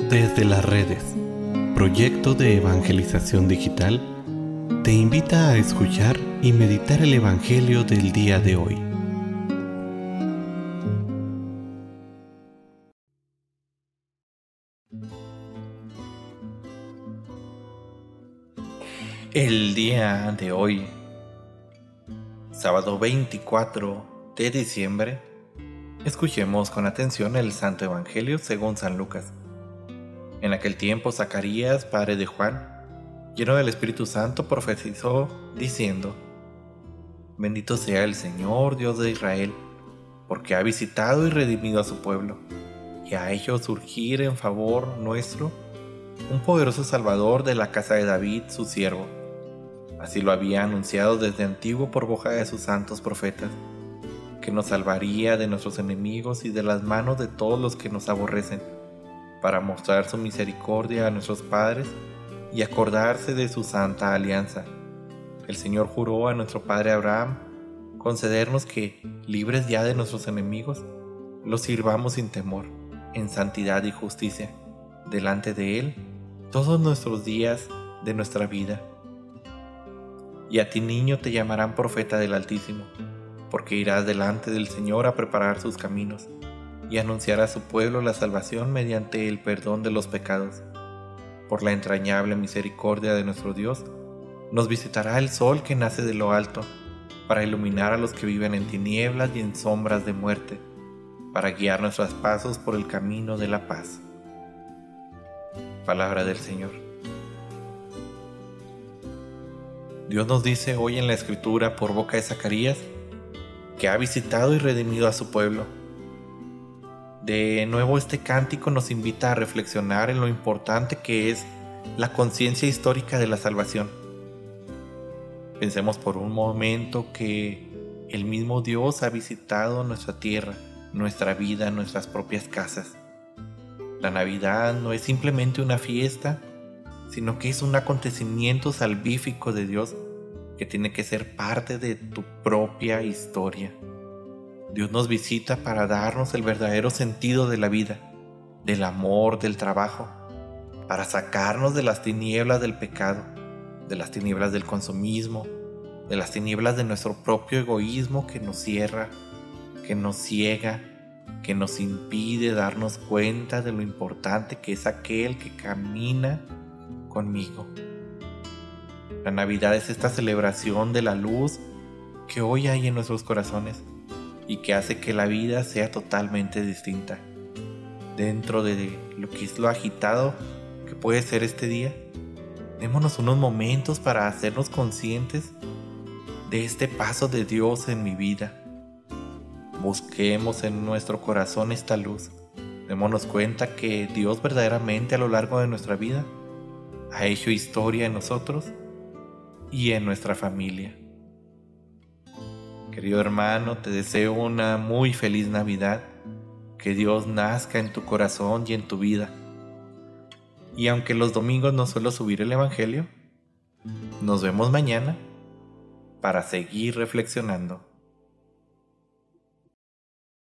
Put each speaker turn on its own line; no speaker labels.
Desde las redes, proyecto de evangelización digital, te invita a escuchar y meditar el Evangelio del día de hoy. El día de hoy, sábado 24 de diciembre, escuchemos con atención el Santo Evangelio según San Lucas. En aquel tiempo, Zacarías, padre de Juan, lleno del Espíritu Santo, profetizó diciendo: Bendito sea el Señor, Dios de Israel, porque ha visitado y redimido a su pueblo, y ha hecho surgir en favor nuestro un poderoso Salvador de la casa de David, su siervo. Así lo había anunciado desde antiguo por boca de sus santos profetas, que nos salvaría de nuestros enemigos y de las manos de todos los que nos aborrecen, para mostrar su misericordia a nuestros padres y acordarse de su santa alianza. El Señor juró a nuestro padre Abraham concedernos que, libres ya de nuestros enemigos, los sirvamos sin temor, en santidad y justicia, delante de Él, todos nuestros días de nuestra vida. Y a ti, niño, te llamarán profeta del Altísimo, porque irás delante del Señor a preparar sus caminos, y anunciar a su pueblo la salvación mediante el perdón de los pecados. Por la entrañable misericordia de nuestro Dios, nos visitará el sol que nace de lo alto, para iluminar a los que viven en tinieblas y en sombras de muerte, para guiar nuestros pasos por el camino de la paz. Palabra del Señor. Dios nos dice hoy en la Escritura por boca de Zacarías que ha visitado y redimido a su pueblo. De nuevo, este cántico nos invita a reflexionar en lo importante que es la conciencia histórica de la salvación. Pensemos por un momento que el mismo Dios ha visitado nuestra tierra, nuestra vida, nuestras propias casas. La Navidad no es simplemente una fiesta, sino que es un acontecimiento salvífico de Dios que tiene que ser parte de tu propia historia. Dios nos visita para darnos el verdadero sentido de la vida, del amor, del trabajo, para sacarnos de las tinieblas del pecado, de las tinieblas del consumismo, de las tinieblas de nuestro propio egoísmo que nos cierra, que nos ciega, que nos impide darnos cuenta de lo importante que es aquel que camina conmigo. La Navidad es esta celebración de la luz que hoy hay en nuestros corazones y que hace que la vida sea totalmente distinta. Dentro de lo que es lo agitado que puede ser este día, démonos unos momentos para hacernos conscientes de este paso de Dios en mi vida. Busquemos en nuestro corazón esta luz. Démonos cuenta que Dios verdaderamente a lo largo de nuestra vida ha hecho historia en nosotros y en nuestra familia. Querido hermano, te deseo una muy feliz Navidad, que Dios nazca en tu corazón y en tu vida. Y aunque los domingos no suelo subir el Evangelio, nos vemos mañana para seguir reflexionando.